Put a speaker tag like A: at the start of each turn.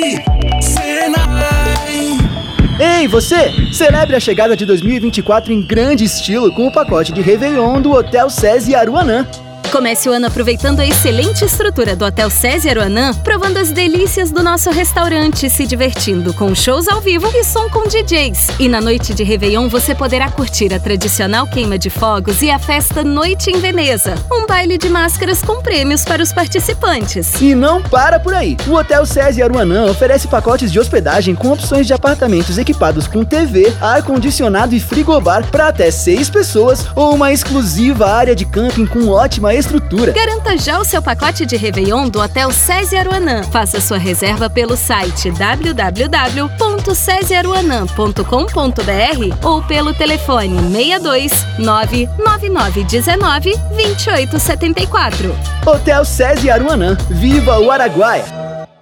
A: Ei, você! Celebre a chegada de 2024 em grande estilo com o pacote de Réveillon do Hotel SESI Aruanã.
B: Comece o ano aproveitando a excelente estrutura do Hotel SESI Aruanã, provando as delícias do nosso restaurante, se divertindo com shows ao vivo e som com DJs. E na noite de Réveillon você poderá curtir a tradicional queima de fogos e a festa Noite em Veneza, um baile de máscaras com prêmios para os participantes.
A: E não para por aí! O Hotel SESI Aruanã oferece pacotes de hospedagem com opções de apartamentos equipados com TV, ar-condicionado e frigobar para até 6 pessoas ou uma exclusiva área de camping com ótima estrutura.
B: Garanta já o seu pacote de Réveillon do Hotel SESI Aruanã. Faça sua reserva pelo site www.sesiaruanã.com.br ou pelo telefone 62 99919 2874.
A: Hotel SESI Aruanã. Viva o Araguaia!